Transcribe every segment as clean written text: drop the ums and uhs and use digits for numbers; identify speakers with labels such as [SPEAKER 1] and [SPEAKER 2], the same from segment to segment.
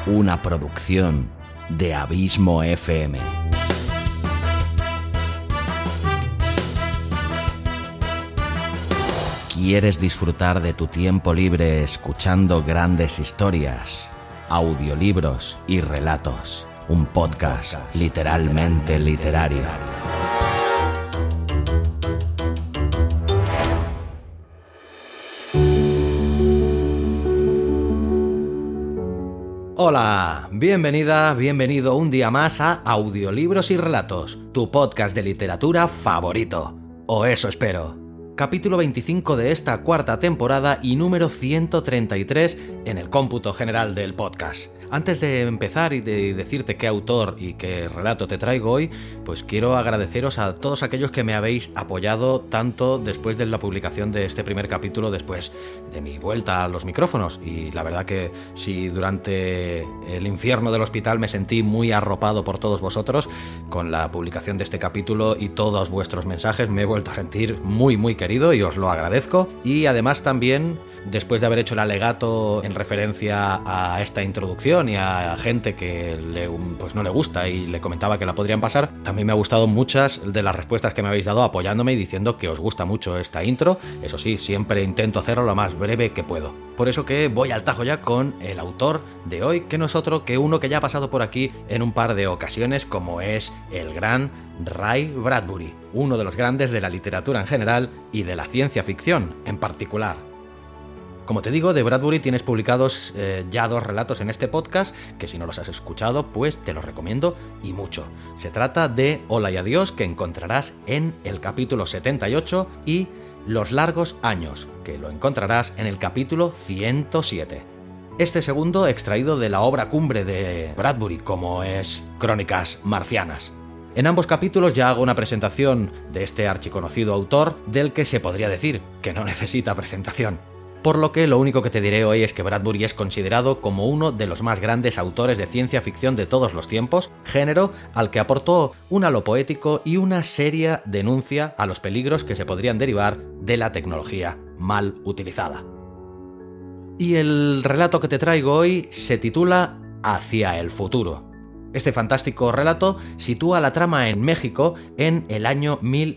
[SPEAKER 1] una producción de Abismo FM. ¿Quieres disfrutar de tu tiempo libre escuchando grandes historias, audiolibros y relatos? Un podcast literalmente literario. Hola, bienvenida, bienvenido un día más a Audiolibros y Relatos, tu podcast de literatura favorito. O eso espero. Capítulo 25 de esta cuarta temporada y número 133 en el cómputo general del podcast. Antes de empezar y de decirte qué autor y qué relato te traigo hoy, pues quiero agradeceros a todos aquellos que me habéis apoyado tanto después de la publicación de este primer capítulo, después de mi vuelta a los micrófonos. Y la verdad que si durante el infierno del hospital me sentí muy arropado por todos vosotros, con la publicación de este capítulo y todos vuestros mensajes me he vuelto a sentir muy querido y os lo agradezco. Y además también, después de haber hecho el alegato en referencia a esta introducción y a gente que pues no le gusta y le comentaba que la podrían pasar, también me ha gustado muchas de las respuestas que me habéis dado apoyándome y diciendo que os gusta mucho esta intro. Eso sí, siempre intento hacerlo lo más breve que puedo. Por eso que voy al tajo ya con el autor de hoy, que no es otro que uno que ya ha pasado por aquí en un par de ocasiones, como es el gran Ray Bradbury, uno de los grandes de la literatura en general y de la ciencia ficción en particular. Como te digo, de Bradbury tienes publicados ya 2 relatos en este podcast, que si no los has escuchado, pues te los recomiendo y mucho. Se trata de Hola y Adiós, que encontrarás en el capítulo 78, y Los largos años, que lo encontrarás en el capítulo 107. Este segundo extraído de la obra cumbre de Bradbury, como es Crónicas marcianas. En ambos capítulos ya hago una presentación de este archiconocido autor, del que se podría decir que no necesita presentación. Por lo que lo único que te diré hoy es que Bradbury es considerado como uno de los más grandes autores de ciencia ficción de todos los tiempos, género al que aportó un halo poético y una seria denuncia a los peligros que se podrían derivar de la tecnología mal utilizada. Y el relato que te traigo hoy se titula Hacia el futuro. Este fantástico relato sitúa la trama en México en el año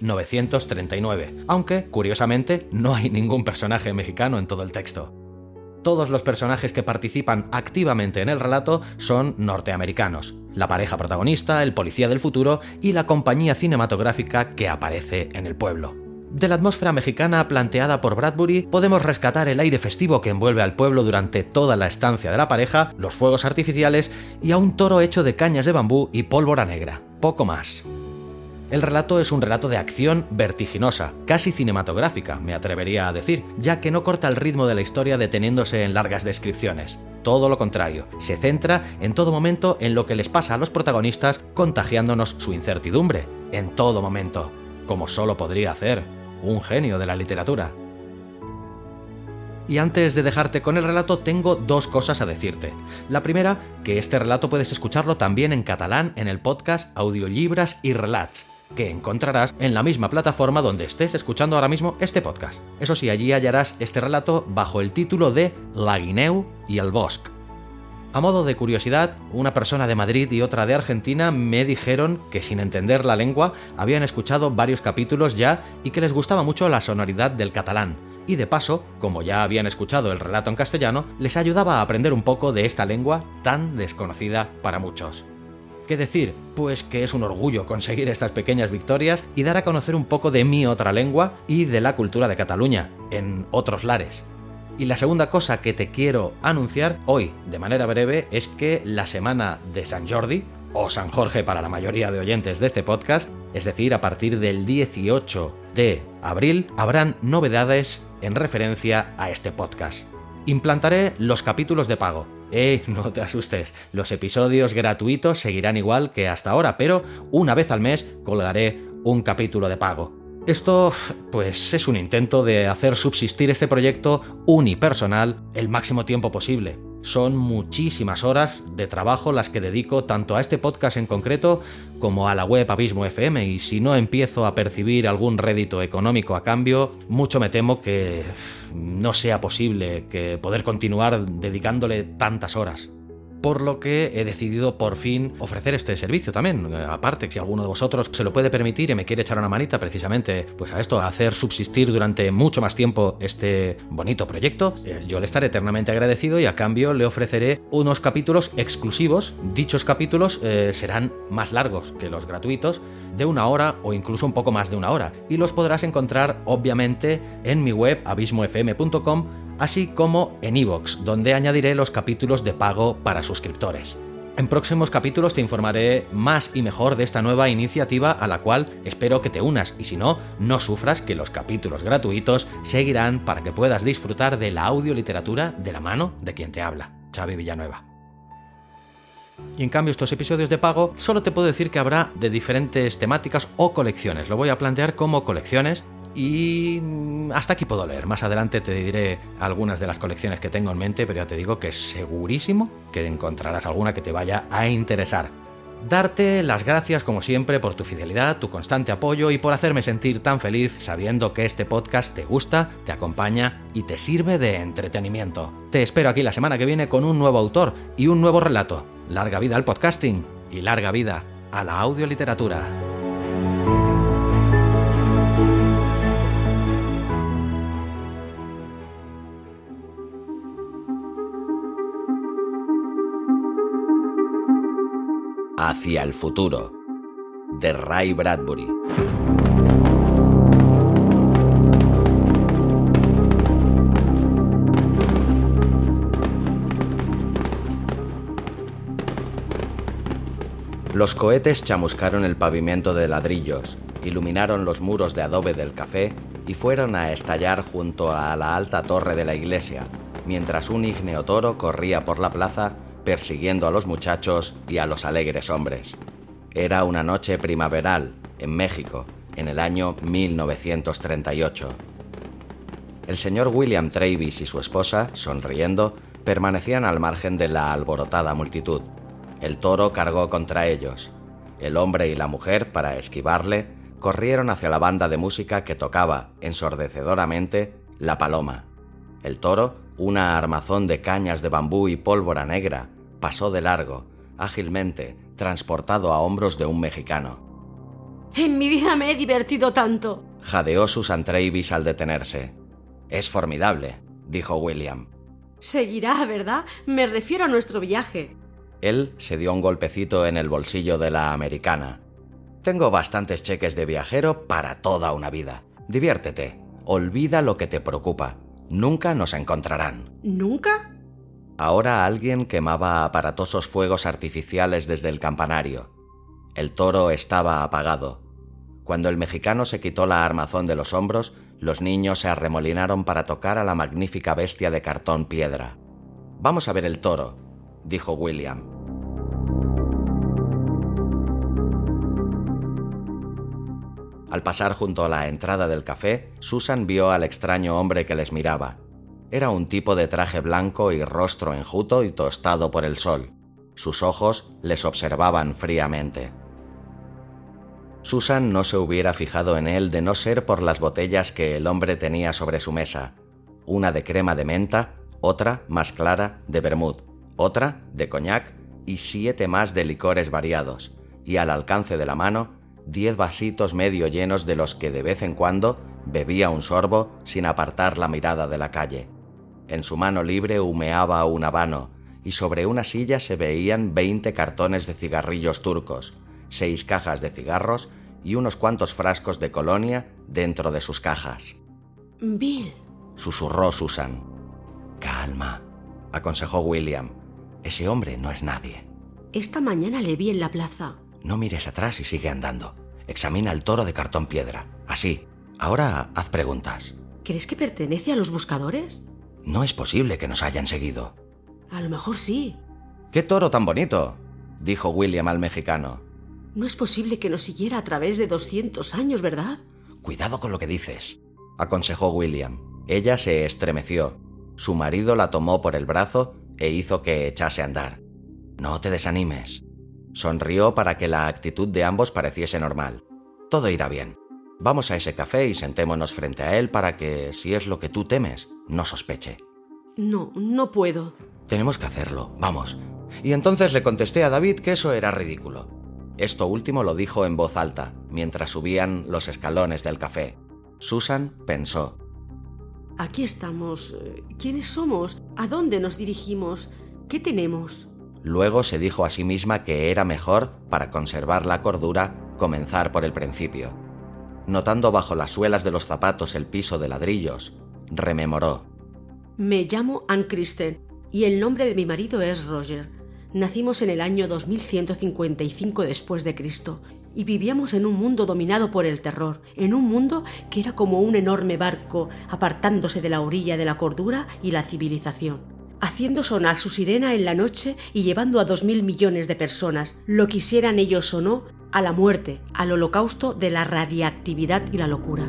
[SPEAKER 1] 1939, aunque, curiosamente, no hay ningún personaje mexicano en todo el texto. Todos los personajes que participan activamente en el relato son norteamericanos, la pareja protagonista, el policía del futuro y la compañía cinematográfica que aparece en el pueblo. De la atmósfera mexicana planteada por Bradbury podemos rescatar el aire festivo que envuelve al pueblo durante toda la estancia de la pareja, los fuegos artificiales y a un toro hecho de cañas de bambú y pólvora negra. Poco más. El relato es un relato de acción vertiginosa, casi cinematográfica, me atrevería a decir, ya que no corta el ritmo de la historia deteniéndose en largas descripciones. Todo lo contrario, se centra en todo momento en lo que les pasa a los protagonistas, contagiándonos su incertidumbre, en todo momento, como solo podría hacer un genio de la literatura. Y antes de dejarte con el relato, tengo 2 cosas a decirte. La primera, que este relato puedes escucharlo también en catalán en el podcast Audiolibros y Relats, que encontrarás en la misma plataforma donde estés escuchando ahora mismo este podcast. Eso sí, allí hallarás este relato bajo el título de La guineu y el bosc. A modo de curiosidad, una persona de Madrid y otra de Argentina me dijeron que sin entender la lengua habían escuchado varios capítulos ya y que les gustaba mucho la sonoridad del catalán. Y de paso, como ya habían escuchado el relato en castellano, les ayudaba a aprender un poco de esta lengua tan desconocida para muchos. ¿Qué decir? Pues que es un orgullo conseguir estas pequeñas victorias y dar a conocer un poco de mi otra lengua y de la cultura de Cataluña, en otros lares. Y la segunda cosa que te quiero anunciar hoy, de manera breve, es que la semana de San Jordi, o San Jorge para la mayoría de oyentes de este podcast, es decir, a partir del 18 de abril, habrán novedades en referencia a este podcast. Implantaré los capítulos de pago. No te asustes, los episodios gratuitos seguirán igual que hasta ahora, pero una vez al mes colgaré un capítulo de pago. Esto, pues, es un intento de hacer subsistir este proyecto unipersonal el máximo tiempo posible. Son muchísimas horas de trabajo las que dedico tanto a este podcast en concreto como a la web Abismo FM, y si no empiezo a percibir algún rédito económico a cambio, mucho me temo que no sea posible que poder continuar dedicándole tantas horas. por lo que he decidido por fin ofrecer este servicio también. Aparte, si alguno de vosotros se lo puede permitir y me quiere echar una manita precisamente pues a esto, a hacer subsistir durante mucho más tiempo este bonito proyecto, yo le estaré eternamente agradecido y a cambio le ofreceré unos capítulos exclusivos. Dichos capítulos serán más largos que los gratuitos, de 1 hora o incluso un poco más de 1 hora, y los podrás encontrar obviamente en mi web abismofm.com, así como en iVoox, donde añadiré los capítulos de pago para suscriptores. En próximos capítulos te informaré más y mejor de esta nueva iniciativa a la cual espero que te unas, y si no, no sufras, que los capítulos gratuitos seguirán para que puedas disfrutar de la audioliteratura de la mano de quien te habla, Xavi Villanueva. Y en cambio estos episodios de pago solo te puedo decir que habrá de diferentes temáticas o colecciones. Lo voy a plantear como colecciones y hasta aquí puedo leer. Más adelante te diré algunas de las colecciones que tengo en mente, pero ya te digo que segurísimo que encontrarás alguna que te vaya a interesar. Darte las gracias como siempre por tu fidelidad, tu constante apoyo y por hacerme sentir tan feliz sabiendo que este podcast te gusta, te acompaña y te sirve de entretenimiento. Te espero aquí la semana que viene con un nuevo autor y un nuevo relato. Larga vida al podcasting y larga vida a la audioliteratura. Hacia el futuro, de Ray Bradbury. Los cohetes chamuscaron el pavimento de ladrillos, iluminaron los muros de adobe del café y fueron a estallar junto a la alta torre de la iglesia, mientras un ígneo toro corría por la plaza persiguiendo a los muchachos y a los alegres hombres. Era una noche primaveral, en México, en el año 1938. El señor William Travis y su esposa, sonriendo, permanecían al margen de la alborotada multitud. El toro cargó contra ellos. El hombre y la mujer, para esquivarle, corrieron hacia la banda de música que tocaba, ensordecedoramente, La Paloma. El toro, una armazón de cañas de bambú y pólvora negra, pasó de largo, ágilmente, transportado a hombros de un mexicano.
[SPEAKER 2] En mi vida me he divertido tanto,
[SPEAKER 1] jadeó Susan Travis al detenerse. Es formidable, dijo William.
[SPEAKER 2] Seguirá, ¿verdad? Me refiero a nuestro viaje.
[SPEAKER 1] Él se dio un golpecito en el bolsillo de la americana. Tengo bastantes cheques de viajero para toda una vida. Diviértete. Olvida lo que te preocupa. Nunca nos encontrarán.
[SPEAKER 2] ¿Nunca?
[SPEAKER 1] Ahora alguien quemaba aparatosos fuegos artificiales desde el campanario. El toro estaba apagado. Cuando el mexicano se quitó la armazón de los hombros, los niños se arremolinaron para tocar a la magnífica bestia de cartón piedra. Vamos a ver el toro, dijo William. Al pasar junto a la entrada del café, Susan vio al extraño hombre que les miraba. Era un tipo de traje blanco y rostro enjuto y tostado por el sol. Sus ojos les observaban fríamente. Susan no se hubiera fijado en él de no ser por las botellas que el hombre tenía sobre su mesa. Una de crema de menta, otra, más clara, de vermut, otra, de coñac y 7 más de licores variados, y al alcance de la mano, 10 vasitos medio llenos de los que de vez en cuando bebía un sorbo sin apartar la mirada de la calle. En su mano libre humeaba un habano, y sobre una silla se veían 20 cartones de cigarrillos turcos, 6 cajas de cigarros y unos cuantos frascos de colonia dentro de sus cajas.
[SPEAKER 2] Bill,
[SPEAKER 1] susurró Susan. Calma, aconsejó William. Ese hombre no es nadie.
[SPEAKER 2] Esta mañana le vi en la plaza.
[SPEAKER 1] No mires atrás y sigue andando. Examina el toro de cartón piedra. Así. Ahora haz preguntas.
[SPEAKER 2] ¿Crees que pertenece a los buscadores?
[SPEAKER 1] No es posible que nos hayan seguido.
[SPEAKER 2] A lo mejor sí.
[SPEAKER 1] ¡Qué toro tan bonito!, dijo William al mexicano.
[SPEAKER 2] No es posible que nos siguiera a través de 200 años, ¿verdad?
[SPEAKER 1] Cuidado con lo que dices, aconsejó William. Ella se estremeció. Su marido la tomó por el brazo e hizo que echase a andar. No te desanimes. Sonrió para que la actitud de ambos pareciese normal. Todo irá bien. Vamos a ese café y sentémonos frente a él para que, si es lo que tú temes, no sospeche.
[SPEAKER 2] No puedo.
[SPEAKER 1] Tenemos que hacerlo. Vamos. Y entonces le contesté a David que eso era ridículo. Esto último lo dijo en voz alta, mientras subían los escalones del café. Susan pensó.
[SPEAKER 2] Aquí estamos. ¿Quiénes somos? ¿A dónde nos dirigimos? ¿Qué tenemos?
[SPEAKER 1] Luego se dijo a sí misma que era mejor, para conservar la cordura, comenzar por el principio. Notando bajo las suelas de los zapatos el piso de ladrillos, rememoró.
[SPEAKER 2] Me llamo Ann Kristen y el nombre de mi marido es Roger. Nacimos en el año 2155 después de Cristo y vivíamos en un mundo dominado por el terror, en un mundo que era como un enorme barco apartándose de la orilla de la cordura y la civilización, haciendo sonar su sirena en la noche y llevando a 2.000 millones de personas, lo quisieran ellos o no, a la muerte, al holocausto de la radiactividad y la locura.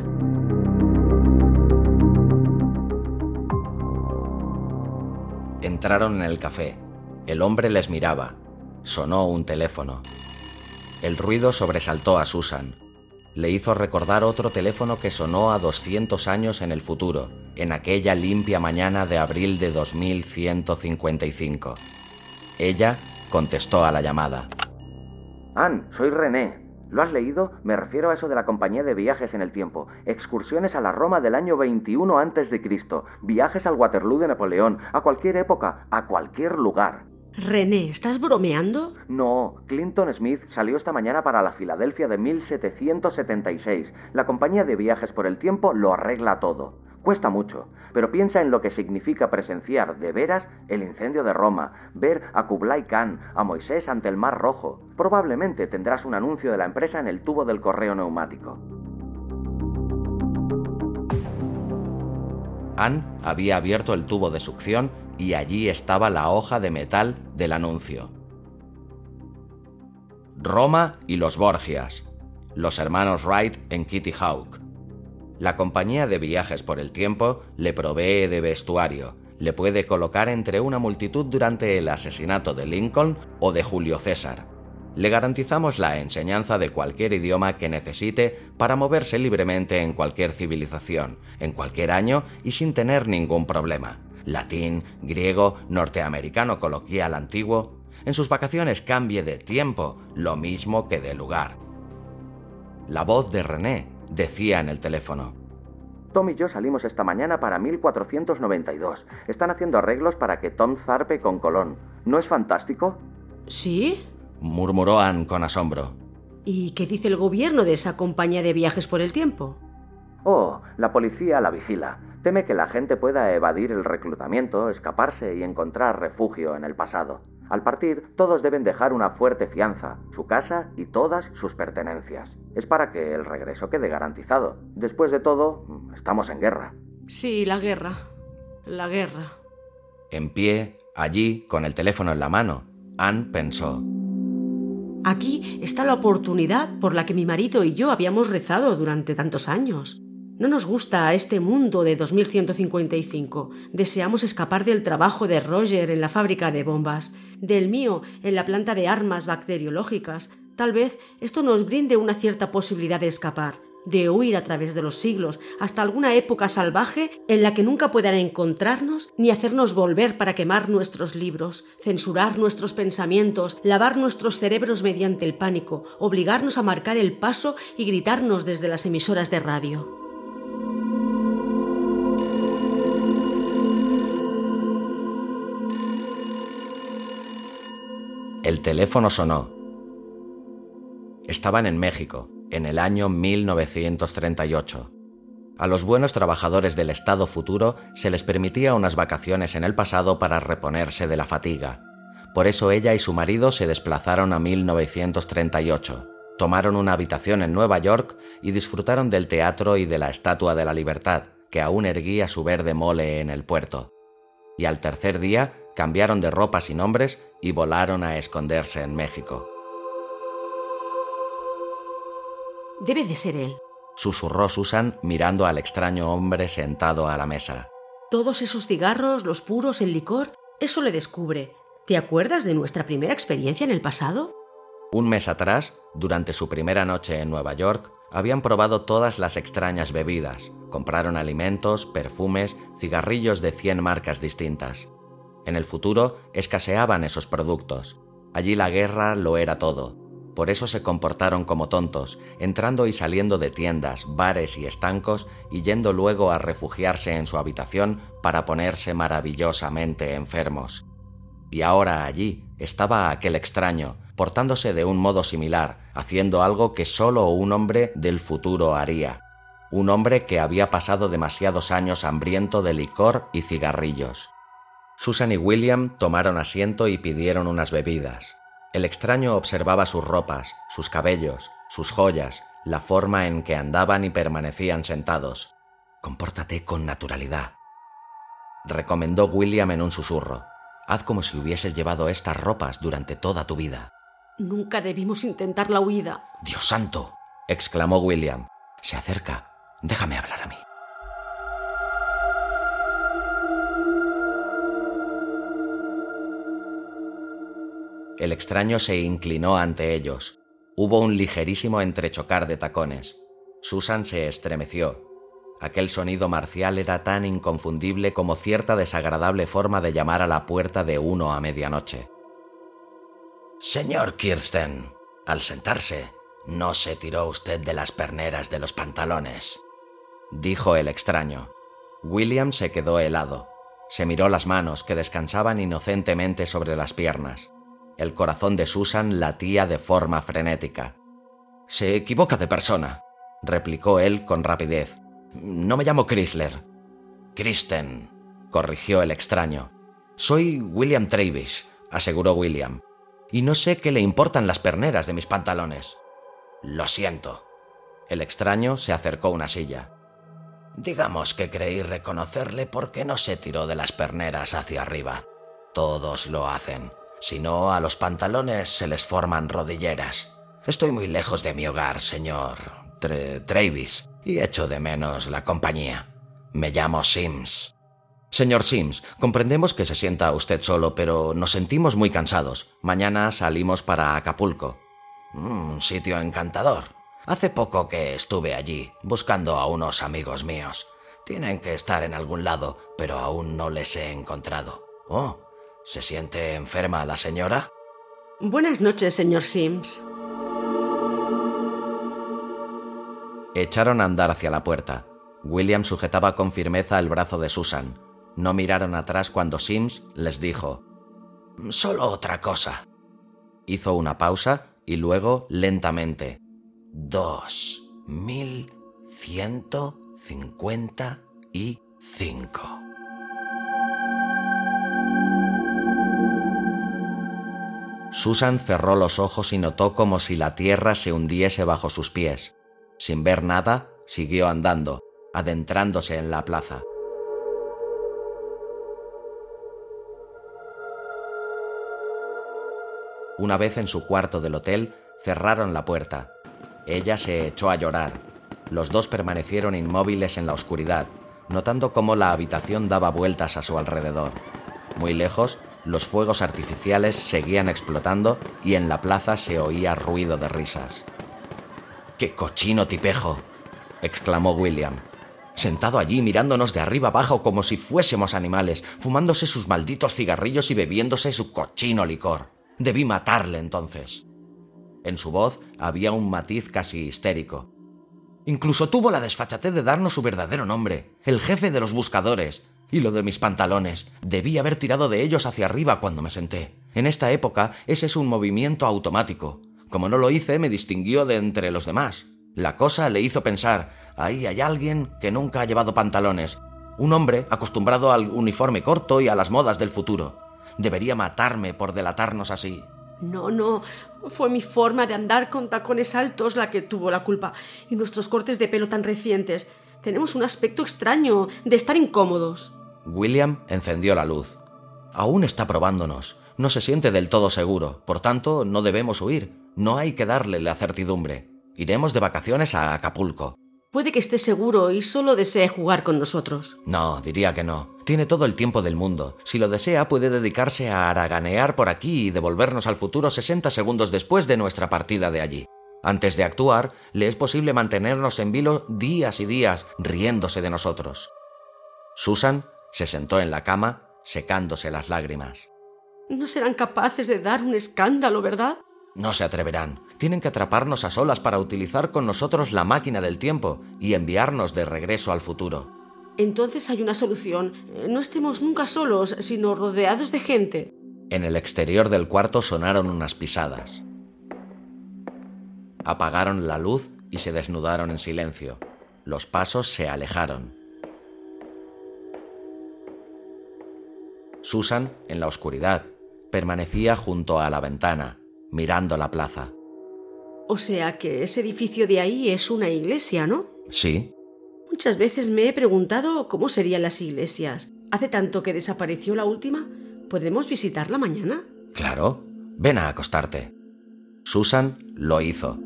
[SPEAKER 1] Entraron en el café. El hombre les miraba. Sonó un teléfono. El ruido sobresaltó a Susan. Le hizo recordar otro teléfono que sonó a 200 años en el futuro, en aquella limpia mañana de abril de 2155. Ella contestó a la llamada.
[SPEAKER 3] Ann, soy René. ¿Lo has leído? Me refiero a eso de la compañía de viajes en el tiempo. Excursiones a la Roma del año 21 a.C. Viajes al Waterloo de Napoleón. A cualquier época, a cualquier lugar.
[SPEAKER 2] René, ¿estás bromeando?
[SPEAKER 3] No, Clinton Smith salió esta mañana para la Filadelfia de 1776. La compañía de viajes por el tiempo lo arregla todo. Cuesta mucho, pero piensa en lo que significa presenciar, de veras, el incendio de Roma, ver a Kublai Khan, a Moisés ante el Mar Rojo. Probablemente tendrás un anuncio de la empresa en el tubo del correo neumático.
[SPEAKER 1] Ann había abierto el tubo de succión y allí estaba la hoja de metal del anuncio. Roma y los Borgias, los hermanos Wright en Kitty Hawk. La compañía de viajes por el tiempo le provee de vestuario, le puede colocar entre una multitud durante el asesinato de Lincoln o de Julio César. Le garantizamos la enseñanza de cualquier idioma que necesite para moverse libremente en cualquier civilización, en cualquier año y sin tener ningún problema. Latín, griego, norteamericano coloquial antiguo. En sus vacaciones cambie de tiempo, lo mismo que de lugar. La voz de René decía en el teléfono.
[SPEAKER 3] Tom y yo salimos esta mañana para 1492. Están haciendo arreglos para que Tom zarpe con Colón. ¿No es fantástico?
[SPEAKER 2] ¿Sí?
[SPEAKER 1] Murmuró Ann con asombro.
[SPEAKER 2] ¿Y qué dice el gobierno de esa compañía de viajes por el tiempo?
[SPEAKER 3] Oh, la policía la vigila. Teme que la gente pueda evadir el reclutamiento, escaparse y encontrar refugio en el pasado. Al partir, todos deben dejar una fuerte fianza, su casa y todas sus pertenencias. Es para que el regreso quede garantizado. Después de todo, estamos en guerra.
[SPEAKER 2] Sí, la guerra. La guerra.
[SPEAKER 1] En pie, allí, con el teléfono en la mano, Ann pensó.
[SPEAKER 2] Aquí está la oportunidad por la que mi marido y yo habíamos rezado durante tantos años. No nos gusta este mundo de 2155. Deseamos escapar del trabajo de Roger en la fábrica de bombas, del mío en la planta de armas bacteriológicas. Tal vez esto nos brinde una cierta posibilidad de escapar, de huir a través de los siglos hasta alguna época salvaje en la que nunca puedan encontrarnos ni hacernos volver para quemar nuestros libros, censurar nuestros pensamientos, lavar nuestros cerebros mediante el pánico, obligarnos a marcar el paso y gritarnos desde las emisoras de radio.
[SPEAKER 1] El teléfono sonó. Estaban en México, en el año 1938. A los buenos trabajadores del Estado futuro se les permitía unas vacaciones en el pasado para reponerse de la fatiga. Por eso ella y su marido se desplazaron a 1938. Tomaron una habitación en Nueva York y disfrutaron del teatro y de la Estatua de la Libertad, que aún erguía su verde mole en el puerto. Y al tercer día cambiaron de ropas y nombres y volaron a esconderse en México.
[SPEAKER 2] Debe de ser él,
[SPEAKER 1] susurró Susan mirando al extraño hombre sentado a la mesa.
[SPEAKER 2] Todos esos cigarros, los puros, el licor, eso le descubre. ¿Te acuerdas de nuestra primera experiencia en el pasado?
[SPEAKER 1] Un mes atrás, durante su primera noche en Nueva York, habían probado todas las extrañas bebidas, compraron alimentos, perfumes, cigarrillos de 100 marcas distintas. En el futuro escaseaban esos productos. Allí la guerra lo era todo. Por eso se comportaron como tontos, entrando y saliendo de tiendas, bares y estancos y yendo luego a refugiarse en su habitación para ponerse maravillosamente enfermos. Y ahora allí estaba aquel extraño, portándose de un modo similar, haciendo algo que solo un hombre del futuro haría. Un hombre que había pasado demasiados años hambriento de licor y cigarrillos. Susan y William tomaron asiento y pidieron unas bebidas. El extraño observaba sus ropas, sus cabellos, sus joyas, la forma en que andaban y permanecían sentados. «Compórtate con naturalidad», recomendó William en un susurro. «Haz como si hubieses llevado estas ropas durante toda tu vida».
[SPEAKER 2] Nunca debimos intentar la huida.
[SPEAKER 1] «¡Dios santo!», exclamó William. «Se acerca. Déjame hablar a mí». El extraño se inclinó ante ellos. Hubo un ligerísimo entrechocar de tacones. Susan se estremeció. Aquel sonido marcial era tan inconfundible como cierta desagradable forma de llamar a la puerta de uno a medianoche. «Señor Kirsten, al sentarse, no se tiró usted de las perneras de los pantalones», dijo el extraño. William se quedó helado. Se miró las manos que descansaban inocentemente sobre las piernas. El corazón de Susan latía de forma frenética. «Se equivoca de persona», replicó él con rapidez. «No me llamo Chrysler». «Kristen», corrigió el extraño. «Soy William Travis», aseguró William. «Y no sé qué le importan las perneras de mis pantalones». «Lo siento». El extraño se acercó a una silla. «Digamos que creí reconocerle porque no se tiró de las perneras hacia arriba. Todos lo hacen. Si no, a los pantalones se les forman rodilleras. Estoy muy lejos de mi hogar, señor Travis, y echo de menos la compañía. Me llamo Sims». «Señor Sims, comprendemos que se sienta usted solo, pero nos sentimos muy cansados. Mañana salimos para Acapulco». «Un sitio encantador. Hace poco que estuve allí, buscando a unos amigos míos. Tienen que estar en algún lado, pero aún no les he encontrado». «Oh, ¿se siente enferma la señora?»
[SPEAKER 2] Buenas noches, señor Sims.
[SPEAKER 1] Echaron a andar hacia la puerta. William sujetaba con firmeza el brazo de Susan. No miraron atrás cuando Sims les dijo: «Solo otra cosa». Hizo una pausa y luego, lentamente: 2155. Susan cerró los ojos y notó como si la tierra se hundiese bajo sus pies. Sin ver nada, siguió andando, adentrándose en la plaza. Una vez en su cuarto del hotel, cerraron la puerta. Ella se echó a llorar. Los dos permanecieron inmóviles en la oscuridad, notando cómo la habitación daba vueltas a su alrededor. Muy lejos, los fuegos artificiales seguían explotando y en la plaza se oía ruido de risas. «¡Qué cochino tipejo!», exclamó William. «Sentado allí mirándonos de arriba abajo como si fuésemos animales, fumándose sus malditos cigarrillos y bebiéndose su cochino licor. Debí matarle entonces». En su voz había un matiz casi histérico. «Incluso tuvo la desfachatez de darnos su verdadero nombre, el jefe de los buscadores. Y lo de mis pantalones, debí haber tirado de ellos hacia arriba cuando me senté. En esta época ese es un movimiento automático. Como no lo hice, me distinguió de entre los demás. La cosa le hizo pensar: ahí hay alguien que nunca ha llevado pantalones. Un hombre acostumbrado al uniforme corto y a las modas del futuro. Debería matarme por delatarnos así».
[SPEAKER 2] No, fue mi forma de andar con tacones altos la que tuvo la culpa, y nuestros cortes de pelo tan recientes. Tenemos un aspecto extraño de estar incómodos.
[SPEAKER 1] William encendió la luz. «Aún está probándonos. No se siente del todo seguro. Por tanto, no debemos huir. No hay que darle la certidumbre. Iremos de vacaciones a Acapulco».
[SPEAKER 2] Puede que esté seguro y solo desee jugar con nosotros.
[SPEAKER 1] No, diría que no. Tiene todo el tiempo del mundo. Si lo desea, puede dedicarse a haraganear por aquí y devolvernos al futuro 60 segundos después de nuestra partida de allí. Antes de actuar, le es posible mantenernos en vilo días y días, riéndose de nosotros. Susan se sentó en la cama, secándose las lágrimas.
[SPEAKER 2] No serán capaces de dar un escándalo, ¿verdad?
[SPEAKER 1] No se atreverán. Tienen que atraparnos a solas para utilizar con nosotros la máquina del tiempo y enviarnos de regreso al futuro.
[SPEAKER 2] Entonces hay una solución. No estemos nunca solos, sino rodeados de gente.
[SPEAKER 1] En el exterior del cuarto sonaron unas pisadas. Apagaron la luz y se desnudaron en silencio. Los pasos se alejaron. Susan, en la oscuridad, permanecía junto a la ventana, mirando la plaza.
[SPEAKER 2] O sea que ese edificio de ahí es una iglesia, ¿no?
[SPEAKER 1] Sí.
[SPEAKER 2] Muchas veces me he preguntado cómo serían las iglesias. Hace tanto que desapareció la última. ¿Podemos visitarla mañana?
[SPEAKER 1] Claro. Ven a acostarte. Susan lo hizo.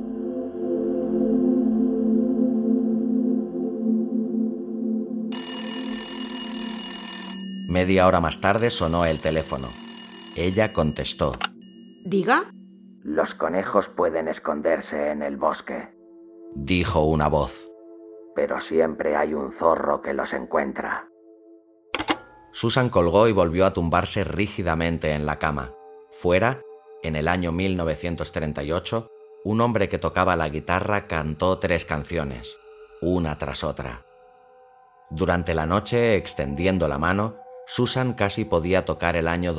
[SPEAKER 1] Media hora más tarde sonó el teléfono. Ella contestó.
[SPEAKER 2] ¿Diga?
[SPEAKER 3] Los conejos pueden esconderse en el bosque,
[SPEAKER 1] Dijo una voz.
[SPEAKER 3] pero siempre hay un zorro que los encuentra.
[SPEAKER 1] Susan colgó y volvió a tumbarse rígidamente en la cama. Fuera, en el año 1938, un hombre que tocaba la guitarra cantó 3 canciones, una tras otra. Durante la noche, extendiendo la mano, Susan casi podía tocar el año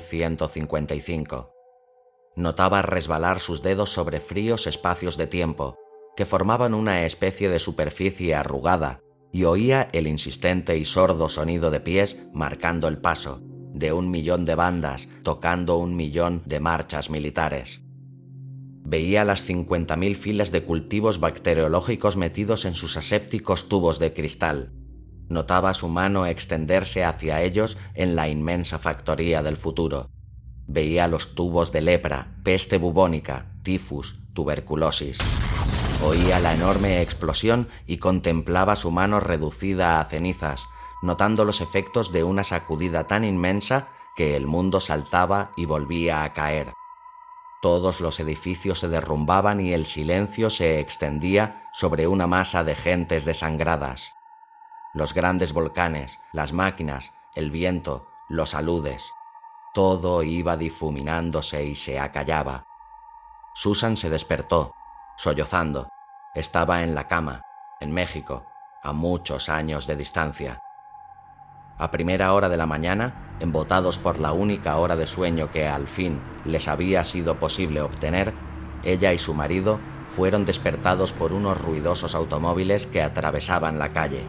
[SPEAKER 1] 2155. Notaba resbalar sus dedos sobre fríos espacios de tiempo, que formaban una especie de superficie arrugada, y oía el insistente y sordo sonido de pies marcando el paso, de 1 millón de bandas tocando 1 millón de marchas militares. Veía las 50.000 filas de cultivos bacteriológicos metidos en sus asépticos tubos de cristal. Notaba su mano extenderse hacia ellos en la inmensa factoría del futuro. Veía los tubos de lepra, peste bubónica, tifus, tuberculosis. Oía la enorme explosión y contemplaba su mano reducida a cenizas, notando los efectos de una sacudida tan inmensa que el mundo saltaba y volvía a caer. Todos los edificios se derrumbaban y el silencio se extendía sobre una masa de gentes desangradas. Los grandes volcanes, las máquinas, el viento, los aludes. Todo iba difuminándose y se acallaba. Susan se despertó, sollozando. Estaba en la cama, en México, a muchos años de distancia. A primera hora de la mañana, embotados por la única hora de sueño que al fin les había sido posible obtener, ella y su marido fueron despertados por unos ruidosos automóviles que atravesaban la calle.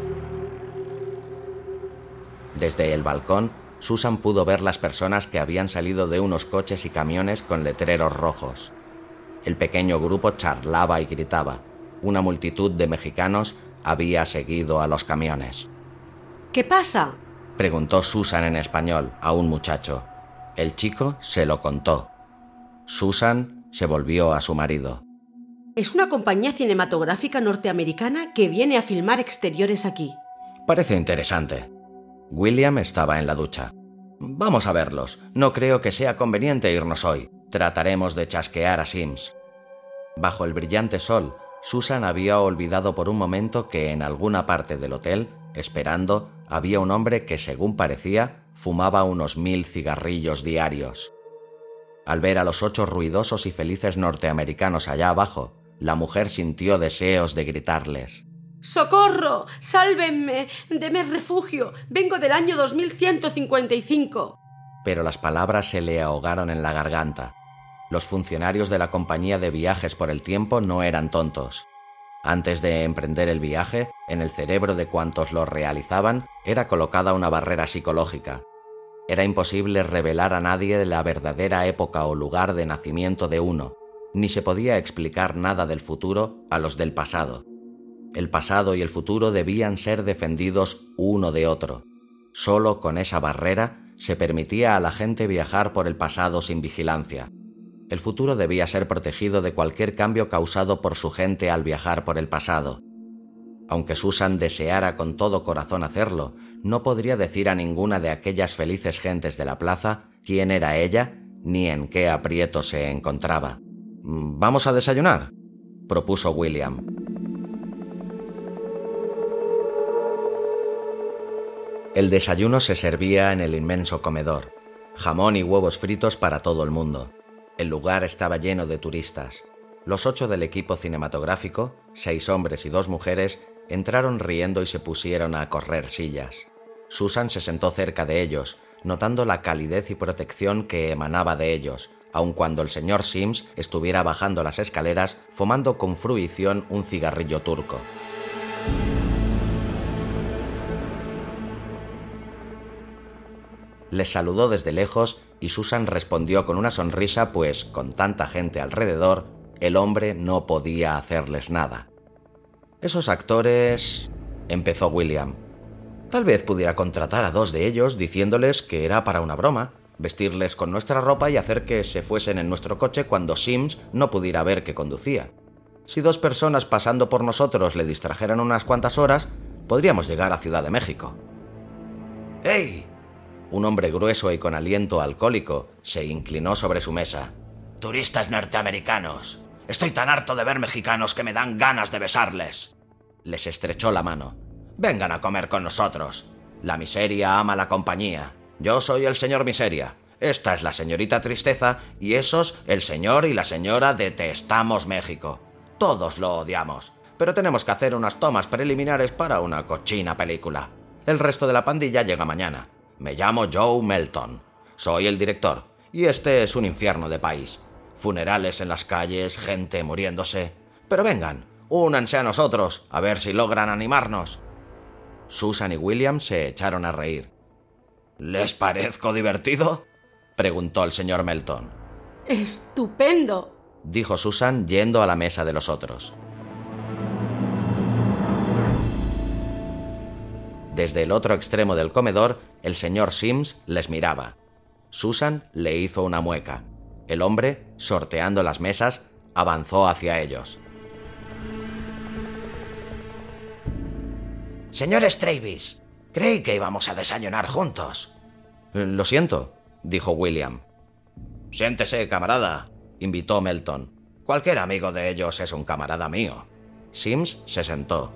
[SPEAKER 1] Desde el balcón, Susan pudo ver las personas que habían salido de unos coches y camiones con letreros rojos. El pequeño grupo charlaba y gritaba. Una multitud de mexicanos había seguido a los camiones.
[SPEAKER 2] ¿Qué pasa?
[SPEAKER 1] Preguntó Susan en español a un muchacho. El chico se lo contó. Susan se volvió a su marido.
[SPEAKER 2] Es una compañía cinematográfica norteamericana que viene a filmar exteriores aquí.
[SPEAKER 1] Parece interesante. William estaba en la ducha. Vamos a verlos. No creo que sea conveniente irnos hoy. Trataremos de chasquear a Sims. Bajo el brillante sol, Susan había olvidado por un momento que en alguna parte del hotel, esperando, había un hombre que, según parecía, fumaba unos 1000 cigarrillos diarios. Al ver a los 8 ruidosos y felices norteamericanos allá abajo, la mujer sintió deseos de gritarles.
[SPEAKER 2] ¡Socorro! ¡Sálvenme! ¡Deme refugio! ¡Vengo del año 2155!
[SPEAKER 1] Pero las palabras se le ahogaron en la garganta. Los funcionarios de la compañía de viajes por el tiempo no eran tontos. Antes de emprender el viaje, en el cerebro de cuantos lo realizaban era colocada una barrera psicológica. Era imposible revelar a nadie de la verdadera época o lugar de nacimiento de uno, ni se podía explicar nada del futuro a los del pasado. El pasado y el futuro debían ser defendidos uno de otro. Solo con esa barrera se permitía a la gente viajar por el pasado sin vigilancia. El futuro debía ser protegido de cualquier cambio causado por su gente al viajar por el pasado. Aunque Susan deseara con todo corazón hacerlo, no podría decir a ninguna de aquellas felices gentes de la plaza quién era ella ni en qué aprieto se encontraba. «¿Vamos a desayunar?», propuso William. El desayuno se servía en el inmenso comedor. Jamón y huevos fritos para todo el mundo. El lugar estaba lleno de turistas. Los 8 del equipo cinematográfico, 6 hombres y 2 mujeres, entraron riendo y se pusieron a correr sillas. Susan se sentó cerca de ellos, notando la calidez y protección que emanaba de ellos, aun cuando el señor Sims estuviera bajando las escaleras fumando con fruición un cigarrillo turco. Les saludó desde lejos y Susan respondió con una sonrisa, pues, con tanta gente alrededor, el hombre no podía hacerles nada. «Esos actores...», empezó William. «Tal vez pudiera contratar a 2 de ellos diciéndoles que era para una broma, vestirles con nuestra ropa y hacer que se fuesen en nuestro coche cuando Sims no pudiera ver que conducía. Si 2 personas pasando por nosotros le distrajeran unas cuantas horas, podríamos llegar a Ciudad de México». «¡Hey!». Un hombre grueso y con aliento alcohólico se inclinó sobre su mesa. «Turistas norteamericanos. Estoy tan harto de ver mexicanos que me dan ganas de besarles». Les estrechó la mano. «Vengan a comer con nosotros. La miseria ama la compañía. Yo soy el señor Miseria. Esta es la señorita Tristeza y esos el señor y la señora Detestamos México. Todos lo odiamos, pero tenemos que hacer unas tomas preliminares para una cochina película. El resto de la pandilla llega mañana. Me llamo Joe Melton. Soy el director, y este es un infierno de país. Funerales en las calles, gente muriéndose. Pero vengan, únanse a nosotros, a ver si logran animarnos». Susan y William se echaron a reír. «¿Les parezco divertido?», preguntó el señor Melton.
[SPEAKER 2] «¡Estupendo!»,
[SPEAKER 1] dijo Susan yendo a la mesa de los otros. Desde el otro extremo del comedor, el señor Sims les miraba. Susan le hizo una mueca. El hombre, sorteando las mesas, avanzó hacia ellos. «Señor Travis, creí que íbamos a desayunar juntos». «Lo siento», dijo William. «Siéntese, camarada», invitó Melton. «Cualquier amigo de ellos es un camarada mío». Sims se sentó.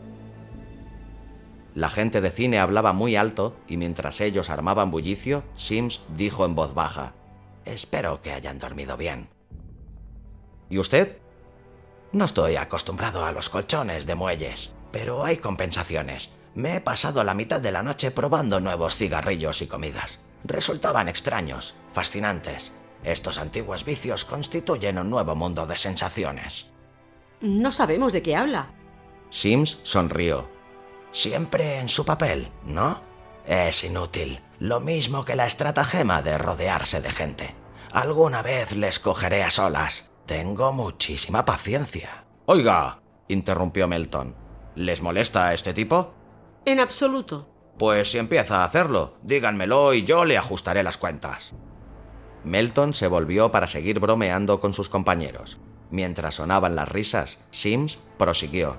[SPEAKER 1] La gente de cine hablaba muy alto y mientras ellos armaban bullicio, Sims dijo en voz baja: «Espero que hayan dormido bien». «¿Y usted?». «No estoy acostumbrado a los colchones de muelles, pero hay compensaciones. Me he pasado la mitad de la noche probando nuevos cigarrillos y comidas. Resultaban extraños, fascinantes. Estos antiguos vicios constituyen un nuevo mundo de sensaciones».
[SPEAKER 2] «No sabemos de qué habla».
[SPEAKER 1] Sims sonrió. «Siempre en su papel, ¿no? Es inútil, lo mismo que la estratagema de rodearse de gente. Alguna vez les cogeré a solas. Tengo muchísima paciencia». «Oiga», interrumpió Melton, ¿les molesta a este tipo?».
[SPEAKER 2] «En absoluto».
[SPEAKER 1] «Pues si empieza a hacerlo, díganmelo y yo le ajustaré las cuentas». Melton se volvió para seguir bromeando con sus compañeros. Mientras sonaban las risas, Sims prosiguió.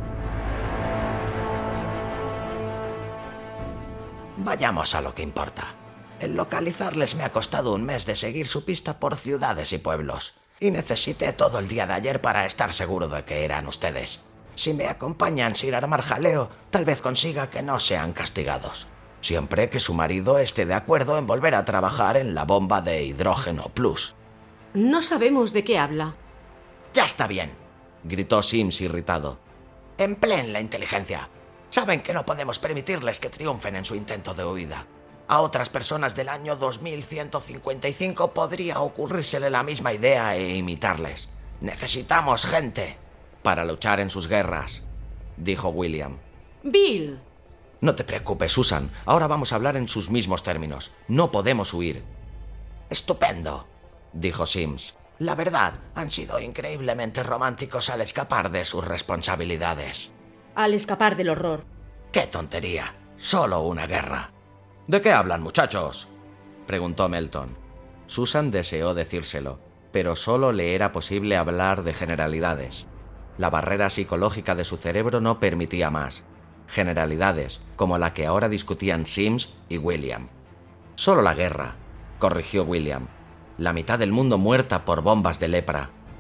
[SPEAKER 1] «Vayamos a lo que importa. El localizarles me ha costado un mes de seguir su pista por ciudades y pueblos, y necesité todo el día de ayer para estar seguro de que eran ustedes. Si me acompañan sin armar jaleo, tal vez consiga que no sean castigados. Siempre que su marido esté de acuerdo en volver a trabajar en la bomba de hidrógeno plus».
[SPEAKER 2] «No sabemos de qué habla».
[SPEAKER 1] «Ya está bien», gritó Sims irritado. «Empleen la inteligencia. Saben que no podemos permitirles que triunfen en su intento de huida. A otras personas del año 2155 podría ocurrírsele la misma idea e imitarles. Necesitamos gente para luchar en sus guerras», dijo William.
[SPEAKER 2] «Bill».
[SPEAKER 1] «No te preocupes, Susan. Ahora vamos a hablar en sus mismos términos. No podemos huir». «Estupendo», dijo Sims. «La verdad, han sido increíblemente románticos al escapar de sus responsabilidades».
[SPEAKER 2] «Al escapar del horror».
[SPEAKER 1] «¡Qué tontería! Solo una guerra». «¿De qué hablan, muchachos?», preguntó Melton. Susan deseó decírselo, pero solo le era posible hablar de generalidades. La barrera psicológica de su cerebro no permitía más. Generalidades, como la que ahora discutían Sims y William. «Solo la guerra», corrigió William. «La mitad del mundo muerta por bombas de lepra».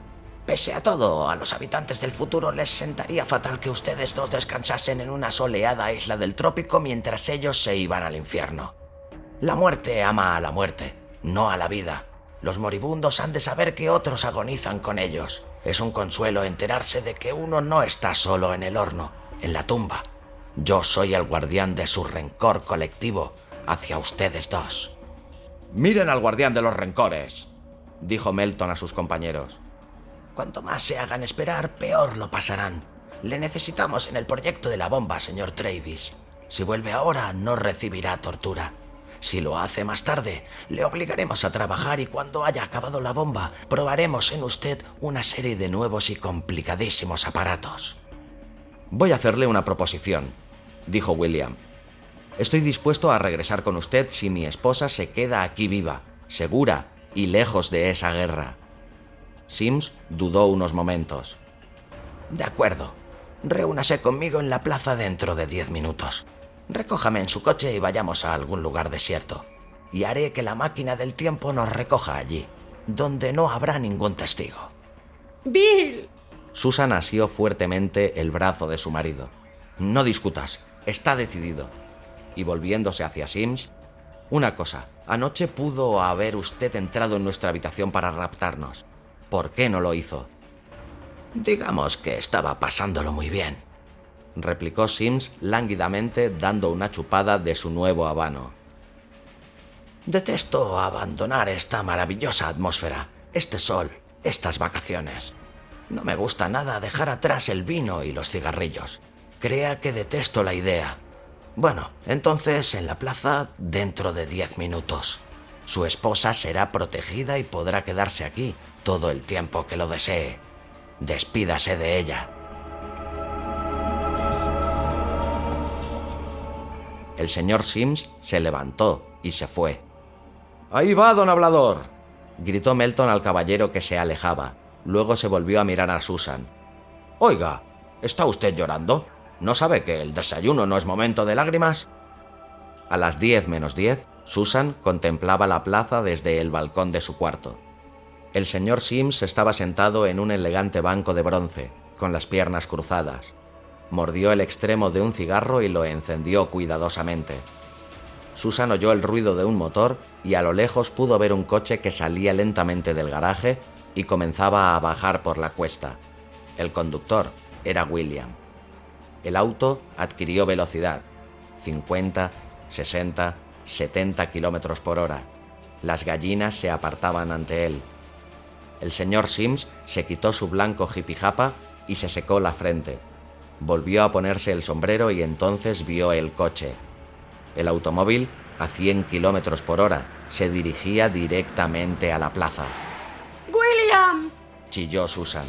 [SPEAKER 4] Pese a todo, a los habitantes del futuro les sentaría fatal que ustedes dos descansasen en una soleada isla del trópico mientras ellos se iban al infierno. La muerte ama a la muerte, no a la vida. Los moribundos han de saber que otros agonizan con ellos. Es un consuelo enterarse de que uno no está solo en el horno, en la tumba. Yo soy el guardián de su rencor colectivo hacia ustedes dos.
[SPEAKER 1] «Miren al guardián de los rencores», dijo Melton a sus compañeros.
[SPEAKER 4] Cuanto más se hagan esperar, peor lo pasarán. Le necesitamos en el proyecto de la bomba, señor Travis. Si vuelve ahora, no recibirá tortura. Si lo hace más tarde, le obligaremos a trabajar y cuando haya acabado la bomba, probaremos en usted una serie de nuevos y complicadísimos aparatos.
[SPEAKER 1] «Voy a hacerle una proposición», dijo William. «Estoy dispuesto a regresar con usted si mi esposa se queda aquí viva, segura y lejos de esa guerra». Sims dudó unos momentos.
[SPEAKER 4] De acuerdo. Reúnase conmigo en la plaza dentro de 10 minutos. Recójame en su coche y vayamos a algún lugar desierto. Y haré que la máquina del tiempo nos recoja allí, donde no habrá ningún testigo.
[SPEAKER 2] ¡Bill!
[SPEAKER 1] Susan asió fuertemente el brazo de su marido. «No discutas, está decidido». Y volviéndose hacia Sims, «Una cosa, anoche pudo haber usted entrado en nuestra habitación para raptarnos. ¿Por qué no lo hizo?»
[SPEAKER 4] Digamos que estaba pasándolo muy bien,
[SPEAKER 1] replicó Sims lánguidamente dando una chupada de su nuevo habano.
[SPEAKER 4] Detesto abandonar esta maravillosa atmósfera, este sol, estas vacaciones. No me gusta nada dejar atrás el vino y los cigarrillos. Crea que detesto la idea. Bueno, entonces en la plaza dentro de 10 minutos. Su esposa será protegida y podrá quedarse aquí todo el tiempo que lo desee. Despídase de ella.
[SPEAKER 1] El señor Sims se levantó y se fue. «¡Ahí va, don hablador!», gritó Melton al caballero que se alejaba. Luego se volvió a mirar a Susan. «Oiga, ¿está usted llorando? ¿No sabe que el desayuno no es momento de lágrimas?». A las 10 menos 10, Susan contemplaba la plaza desde el balcón de su cuarto. El señor Sims estaba sentado en un elegante banco de bronce, con las piernas cruzadas. Mordió el extremo de un cigarro y lo encendió cuidadosamente. Susan oyó el ruido de un motor y a lo lejos pudo ver un coche que salía lentamente del garaje y comenzaba a bajar por la cuesta. El conductor era William. El auto adquirió velocidad, 50, 60, 70 kilómetros por hora. Las gallinas se apartaban ante él. El señor Sims se quitó su blanco jipijapa y se secó la frente. Volvió a ponerse el sombrero y entonces vio el coche. El automóvil, a 100 kilómetros por hora, se dirigía directamente a la plaza.
[SPEAKER 2] ¡William!,
[SPEAKER 1] chilló Susan.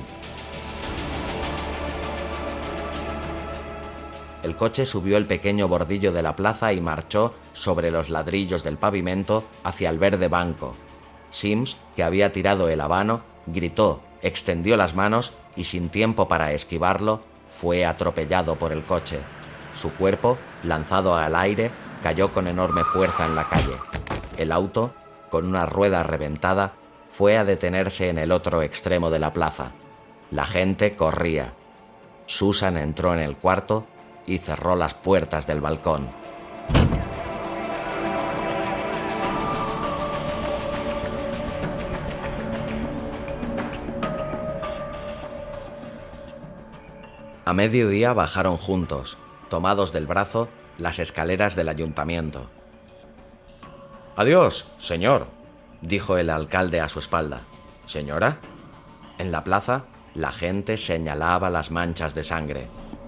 [SPEAKER 1] El coche subió el pequeño bordillo de la plaza y marchó sobre los ladrillos del pavimento hacia el verde banco. Sims, que había tirado el habano, gritó, extendió las manos y sin tiempo para esquivarlo, fue atropellado por el coche. Su cuerpo, lanzado al aire, cayó con enorme fuerza en la calle. El auto, con una rueda reventada, fue a detenerse en el otro extremo de la plaza. La gente corría. Susan entró en el cuarto y cerró las puertas del balcón. A mediodía bajaron juntos, tomados del brazo, las escaleras del ayuntamiento. «Adiós, señor», dijo el alcalde a su espalda. «¿Señora?». En la plaza, la gente señalaba las manchas de sangre.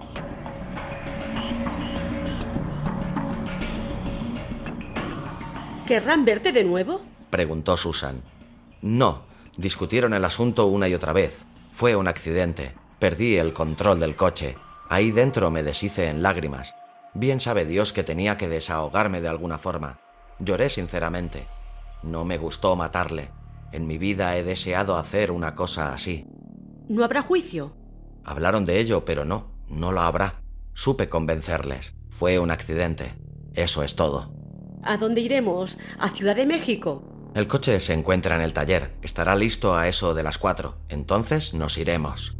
[SPEAKER 2] ¿Querrán verte de nuevo?,
[SPEAKER 1] preguntó Susan. No, discutieron el asunto una y otra vez. Fue un accidente. Perdí el control del coche. Ahí dentro me deshice en lágrimas. Bien sabe Dios que tenía que desahogarme de alguna forma. Lloré sinceramente. No me gustó matarle. En mi vida he deseado hacer una cosa así.
[SPEAKER 2] ¿No habrá juicio?
[SPEAKER 1] Hablaron de ello, pero no lo habrá. Supe convencerles. Fue un accidente. Eso es todo.
[SPEAKER 2] ¿A dónde iremos? ¿A Ciudad de México?
[SPEAKER 4] El coche se encuentra en el taller. Estará listo a eso de las 4. Entonces nos iremos.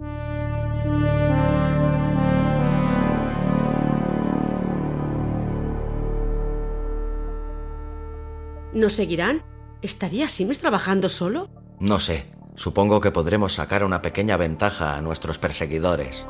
[SPEAKER 2] ¿Nos seguirán? ¿Estaría Sims trabajando solo?
[SPEAKER 4] No sé. Supongo que podremos sacar una pequeña ventaja a nuestros perseguidores.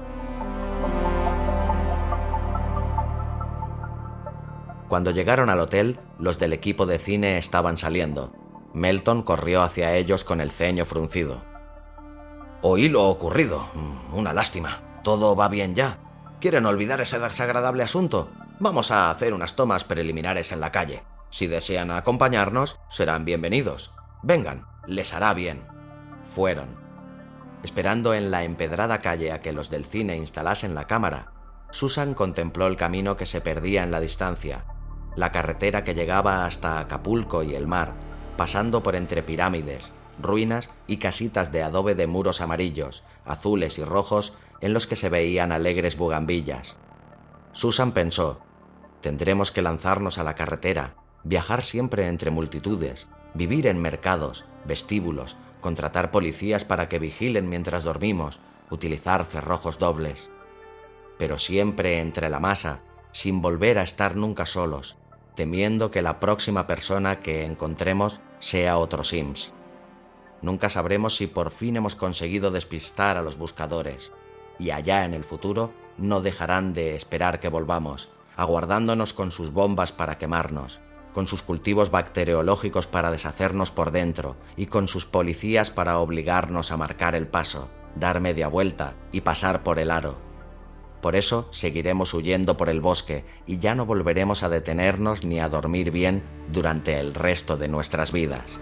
[SPEAKER 4] Cuando llegaron al hotel, los del equipo de cine estaban saliendo. Melton corrió hacia ellos con el ceño fruncido. Oí lo ocurrido. Una lástima. ¿Todo va bien ya? ¿Quieren olvidar ese desagradable asunto? Vamos a hacer unas tomas preliminares en la calle. Si desean acompañarnos, serán bienvenidos. Vengan, les hará bien. Fueron. Esperando en la empedrada calle a que los del cine instalasen la cámara, Susan contempló el camino que se perdía en la distancia, la carretera que llegaba hasta Acapulco y el mar, pasando por entre pirámides, ruinas y casitas de adobe de muros amarillos, azules y rojos en los que se veían alegres bugambillas. Susan pensó, tendremos que lanzarnos a la carretera, viajar siempre entre multitudes, vivir en mercados, vestíbulos, contratar policías para que vigilen mientras dormimos, utilizar cerrojos dobles. Pero siempre entre la masa, sin volver a estar nunca solos, temiendo que la próxima persona que encontremos sea otro Sims. Nunca sabremos si por fin hemos conseguido despistar a los buscadores, y allá en el futuro no dejarán de esperar que volvamos, aguardándonos con sus bombas para quemarnos, con sus cultivos bacteriológicos para deshacernos por dentro y con sus policías para obligarnos a marcar el paso, dar media vuelta y pasar por el aro. Por eso seguiremos huyendo por el bosque y ya no volveremos a detenernos ni a dormir bien durante el resto de nuestras vidas.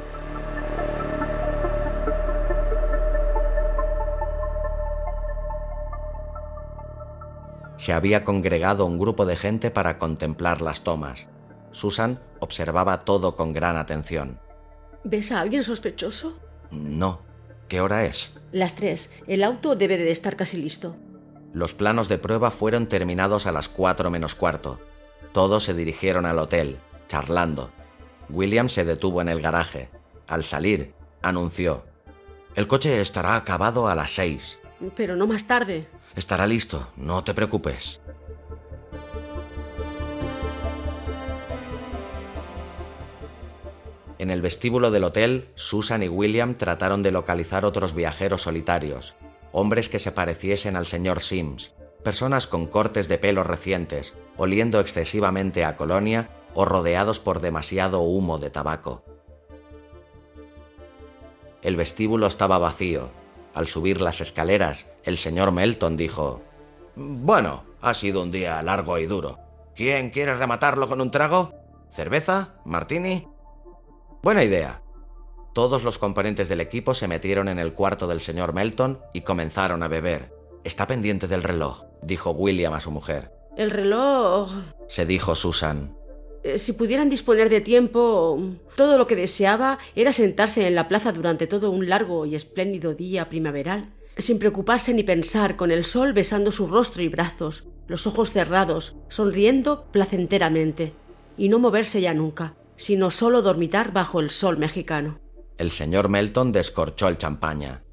[SPEAKER 4] Se había congregado un grupo de gente para contemplar las tomas. Susan observaba todo con gran atención.
[SPEAKER 2] ¿Ves a alguien sospechoso?
[SPEAKER 4] No. ¿Qué hora es?
[SPEAKER 2] Las 3. El auto debe de estar casi listo.
[SPEAKER 4] Los planos de prueba fueron terminados a las 4 menos cuarto. Todos se dirigieron al hotel, charlando. William se detuvo en el garaje. Al salir, anunció: «El coche estará acabado a las 6.
[SPEAKER 2] Pero no más tarde.
[SPEAKER 4] Estará listo, no te preocupes». En el vestíbulo del hotel, Susan y William trataron de localizar otros viajeros solitarios, hombres que se pareciesen al señor Sims, personas con cortes de pelo recientes, oliendo excesivamente a colonia o rodeados por demasiado humo de tabaco. El vestíbulo estaba vacío. Al subir las escaleras, el señor Melton dijo: «Bueno, ha sido un día largo y duro. ¿Quién quiere rematarlo con un trago? ¿Cerveza? ¿Martini?» «Buena idea». Todos los componentes del equipo se metieron en el cuarto del señor Melton y comenzaron a beber. «Está pendiente del reloj», dijo William a su mujer.
[SPEAKER 2] El reloj...
[SPEAKER 4] se dijo Susan.
[SPEAKER 2] Si pudieran disponer de tiempo, todo lo que deseaba era sentarse en la plaza durante todo un largo y espléndido día primaveral, sin preocuparse ni pensar, con el sol besando su rostro y brazos, los ojos cerrados, sonriendo placenteramente, y no moverse ya nunca, sino solo dormitar bajo el sol mexicano.
[SPEAKER 4] El señor Melton descorchó el champaña.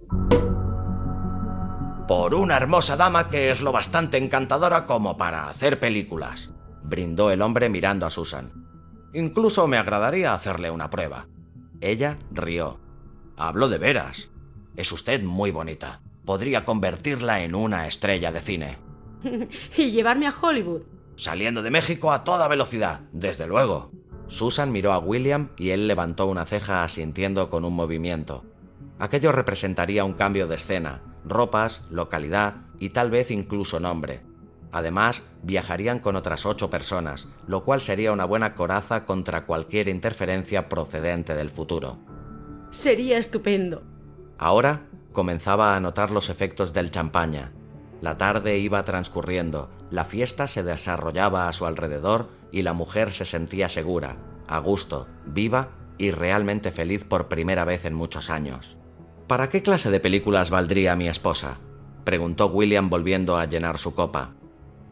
[SPEAKER 4] «Por una hermosa dama que es lo bastante encantadora como para hacer películas», brindó el hombre mirando a Susan. «Incluso me agradaría hacerle una prueba». Ella rió. «Hablo de veras. Es usted muy bonita. Podría convertirla en una estrella de cine».
[SPEAKER 2] ¿Y llevarme a Hollywood?
[SPEAKER 4] «Saliendo de México a toda velocidad, desde luego». Susan miró a William y él levantó una ceja asintiendo con un movimiento. Aquello representaría un cambio de escena, ropas, localidad y tal vez incluso nombre. Además, viajarían con otras 8 personas, lo cual sería una buena coraza contra cualquier interferencia procedente del futuro.
[SPEAKER 2] Sería estupendo.
[SPEAKER 4] Ahora comenzaba a notar los efectos del champaña. La tarde iba transcurriendo, la fiesta se desarrollaba a su alrededor y la mujer se sentía segura, a gusto, viva y realmente feliz por primera vez en muchos años. «¿Para qué clase de películas valdría mi esposa?», preguntó William volviendo a llenar su copa.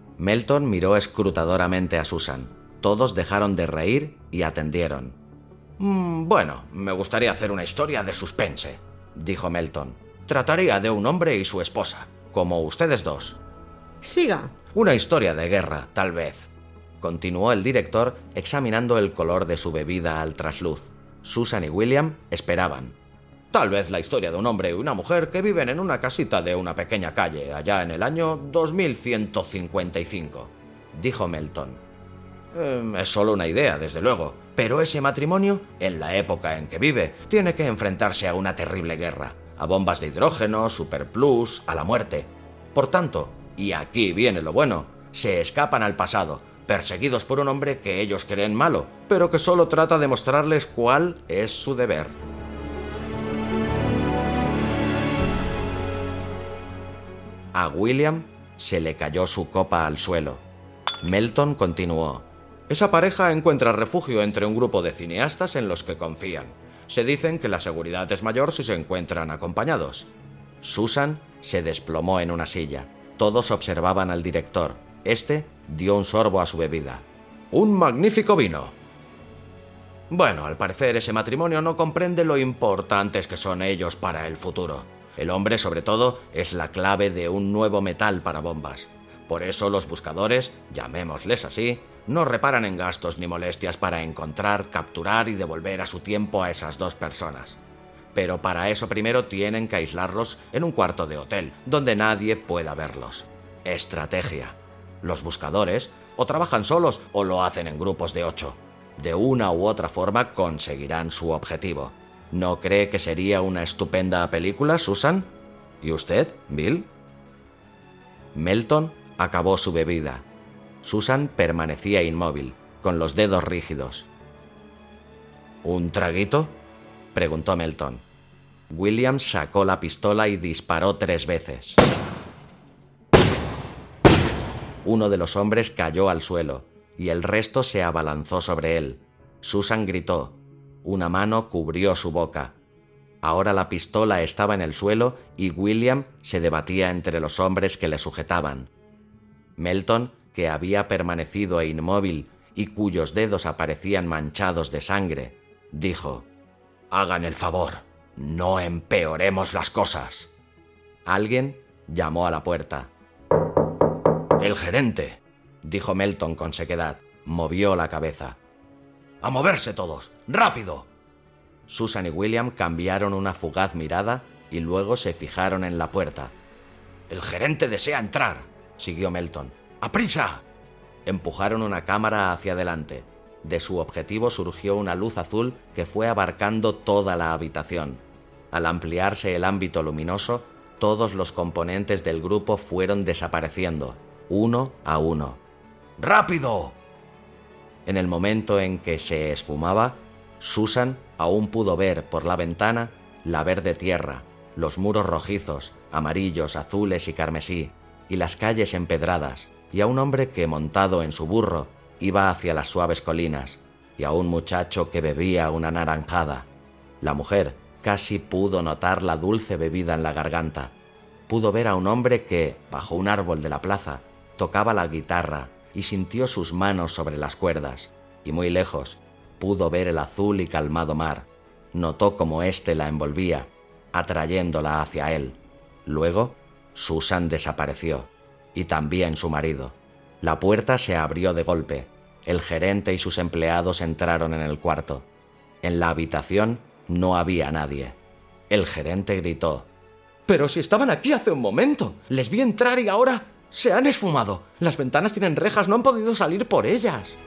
[SPEAKER 4] Melton miró escrutadoramente a Susan. Todos dejaron de reír y atendieron. Bueno, me gustaría hacer una historia de suspense, dijo Melton. Trataría de un hombre y su esposa, como ustedes dos.
[SPEAKER 2] Siga.
[SPEAKER 4] Una historia de guerra, tal vez, continuó el director examinando el color de su bebida al trasluz. Susan y William esperaban. Tal vez la historia de un hombre y una mujer que viven en una casita de una pequeña calle allá en el año 2155, dijo Melton. Es solo una idea, desde luego, pero ese matrimonio, en la época en que vive, tiene que enfrentarse a una terrible guerra, a bombas de hidrógeno, superplus, a la muerte. Por tanto, y aquí viene lo bueno, se escapan al pasado, perseguidos por un hombre que ellos creen malo, pero que solo trata de mostrarles cuál es su deber. A William se le cayó su copa al suelo. Melton continuó. Esa pareja encuentra refugio entre un grupo de cineastas en los que confían. Se dicen que la seguridad es mayor si se encuentran acompañados. Susan se desplomó en una silla. Todos observaban al director. Este dio un sorbo a su bebida. ¡Un magnífico vino! Bueno, al parecer ese matrimonio no comprende lo importantes que son ellos para el futuro. El hombre, sobre todo, es la clave de un nuevo metal para bombas. Por eso los buscadores, llamémosles así, no reparan en gastos ni molestias para encontrar, capturar y devolver a su tiempo a esas dos personas. Pero para eso primero tienen que aislarlos en un cuarto de hotel, donde nadie pueda verlos. Estrategia. Los buscadores o trabajan solos o lo hacen en grupos de 8. De una u otra forma conseguirán su objetivo. ¿No cree que sería una estupenda película, Susan? ¿Y usted, Bill? Melton acabó su bebida. Susan permanecía inmóvil, con los dedos rígidos. ¿Un traguito?, preguntó Melton. William sacó la pistola y disparó 3 veces. Uno de los hombres cayó al suelo, y el resto se abalanzó sobre él. Susan gritó. Una mano cubrió su boca. Ahora la pistola estaba en el suelo y William se debatía entre los hombres que le sujetaban. Melton, que había permanecido inmóvil y cuyos dedos aparecían manchados de sangre, dijo: «Hagan el favor, no empeoremos las cosas». Alguien llamó a la puerta. «El gerente», dijo Melton con sequedad. Movió la cabeza. «¡A moverse todos! ¡Rápido!». Susan y William cambiaron una fugaz mirada y luego se fijaron en la puerta. «El gerente desea entrar», siguió Melton. «¡Aprisa!». Empujaron una cámara hacia adelante. De su objetivo surgió una luz azul que fue abarcando toda la habitación. Al ampliarse el ámbito luminoso, todos los componentes del grupo fueron desapareciendo, uno a uno. «¡Rápido!». En el momento en que se esfumaba, Susan aún pudo ver por la ventana la verde tierra, los muros rojizos, amarillos, azules y carmesí, y las calles empedradas, y a un hombre que, montado en su burro, iba hacia las suaves colinas, y a un muchacho que bebía una naranjada. La mujer casi pudo notar la dulce bebida en la garganta. Pudo ver a un hombre que, bajo un árbol de la plaza, tocaba la guitarra y sintió sus manos sobre las cuerdas, y muy lejos pudo ver el azul y calmado mar. Notó cómo éste la envolvía, atrayéndola hacia él. Luego, Susan desapareció, y también su marido. La puerta se abrió de golpe. El gerente y sus empleados entraron en el cuarto. En la habitación no había nadie. El gerente gritó: «¡Pero si estaban aquí hace un momento! Les vi entrar y ahora se han esfumado. Las ventanas tienen rejas, no han podido salir por ellas».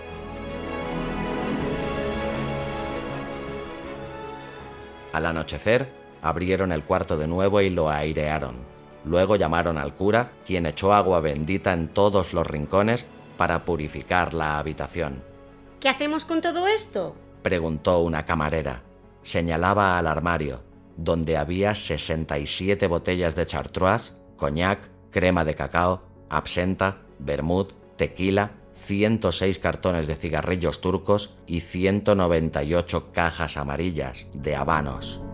[SPEAKER 4] Al anochecer, abrieron el cuarto de nuevo y lo airearon. Luego llamaron al cura, quien echó agua bendita en todos los rincones para purificar la habitación.
[SPEAKER 2] ¿Qué hacemos con todo esto?,
[SPEAKER 4] preguntó una camarera. Señalaba al armario, donde había 67 botellas de chartreuse, coñac, crema de cacao, absenta, vermut, tequila, 106 cartones de cigarrillos turcos y 198 cajas amarillas de habanos.